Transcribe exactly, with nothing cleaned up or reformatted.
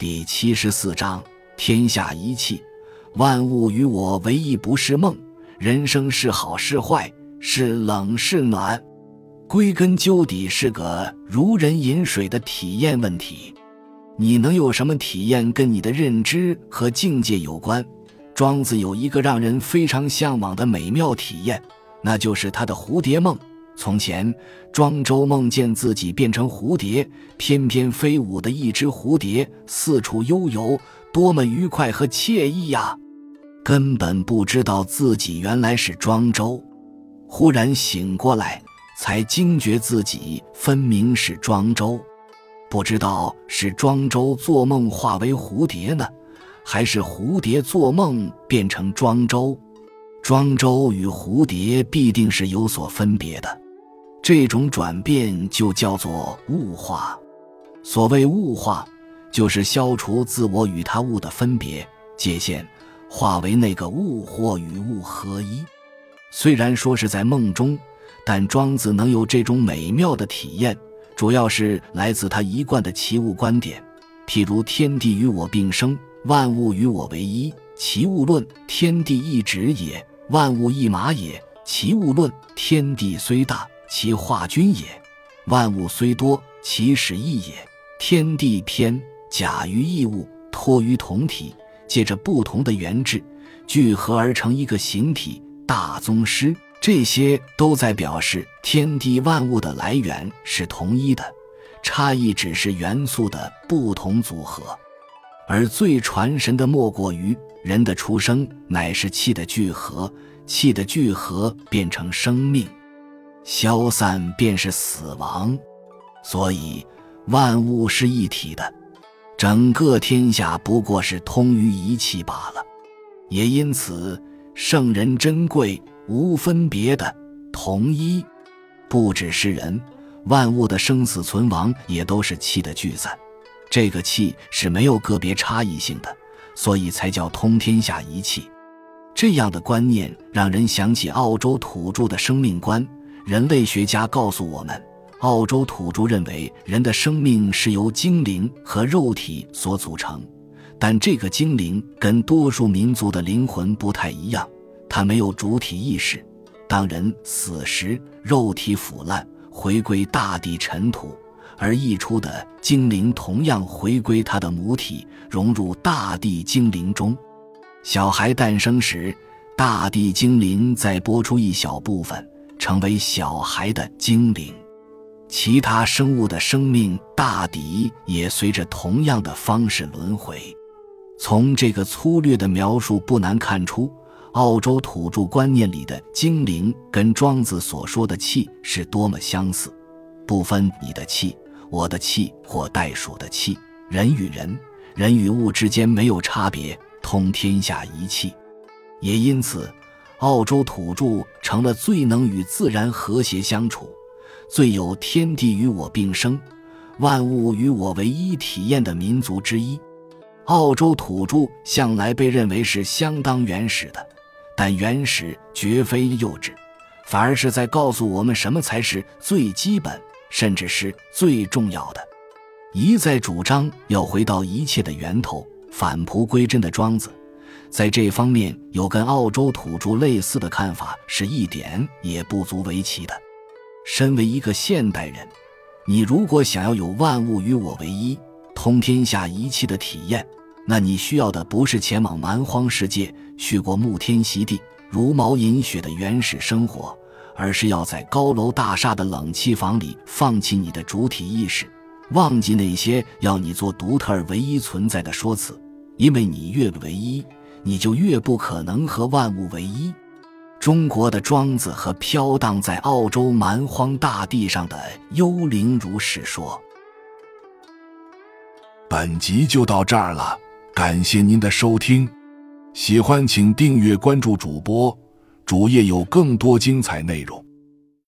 第七十四章天下一气，万物与我为一，不是梦，人生是好是坏，是冷是暖，归根究底是个如人饮水的体验问题。你能有什么体验跟你的认知和境界有关。庄子有一个让人非常向往的美妙体验，那就是他的蝴蝶梦。从前庄周梦见自己变成蝴蝶，翩翩飞舞的一只蝴蝶，四处悠游，多么愉快和惬意呀！根本不知道自己原来是庄周，忽然醒过来，才惊觉自己分明是庄周。不知道是庄周做梦化为蝴蝶呢，还是蝴蝶做梦变成庄周。庄周与蝴蝶必定是有所分别的，这种转变就叫做物化。所谓物化，就是消除自我与他物的分别界限，化为那个物或与物合一。虽然说是在梦中，但庄子能有这种美妙的体验，主要是来自他一贯的齐物观点。譬如天地与我并生，万物与我为一，齐物论，天地一指也，万物一马也。齐物论，天地虽大，其化均也，万物虽多，其始异也。天地偏假于异物，托于同体，借着不同的原质聚合而成一个形体，大宗师。这些都在表示天地万物的来源是同一的，差异只是元素的不同组合。而最传神的莫过于人的出生乃是气的聚合，气的聚合变成生命，消散便是死亡。所以万物是一体的，整个天下不过是通于一气罢了。也因此圣人珍贵，无分别的统一。不只是人，万物的生死存亡也都是气的聚散，这个气是没有个别差异性的，所以才叫通天下一气。这样的观念让人想起澳洲土著的生命观。人类学家告诉我们，澳洲土著认为人的生命是由精灵和肉体所组成，但这个精灵跟多数民族的灵魂不太一样，它没有主体意识。当人死时，肉体腐烂，回归大地尘土，而溢出的精灵同样回归它的母体，融入大地精灵中。小孩诞生时，大地精灵再拨出一小部分，成为小孩的精灵。其他生物的生命大抵也随着同样的方式轮回。从这个粗略的描述不难看出，澳洲土著观念里的精灵跟庄子所说的气是多么相似。不分你的气，我的气或袋鼠的气，人与人，人与物之间没有差别，通天下一气。也因此澳洲土著成了最能与自然和谐相处，最有天地与我并生，万物与我为一体验的民族之一。澳洲土著向来被认为是相当原始的，但原始绝非幼稚，反而是在告诉我们什么才是最基本，甚至是最重要的。一再主张要回到一切的源头，返璞归真的庄子，在这方面有跟澳洲土著类似的看法，是一点也不足为奇的。身为一个现代人，你如果想要有万物与我为一，通天下一气的体验，那你需要的不是前往蛮荒世界，去过沐天席地，茹毛饮血的原始生活，而是要在高楼大厦的冷气房里放弃你的主体意识，忘记那些要你做独特而唯一存在的说辞。因为你越唯一，你就越不可能和万物为一。中国的庄子和飘荡在澳洲蛮荒大地上的幽灵如是说。 本集就到这儿了，感谢您的收听，喜欢请订阅关注主播，主页有更多精彩内容。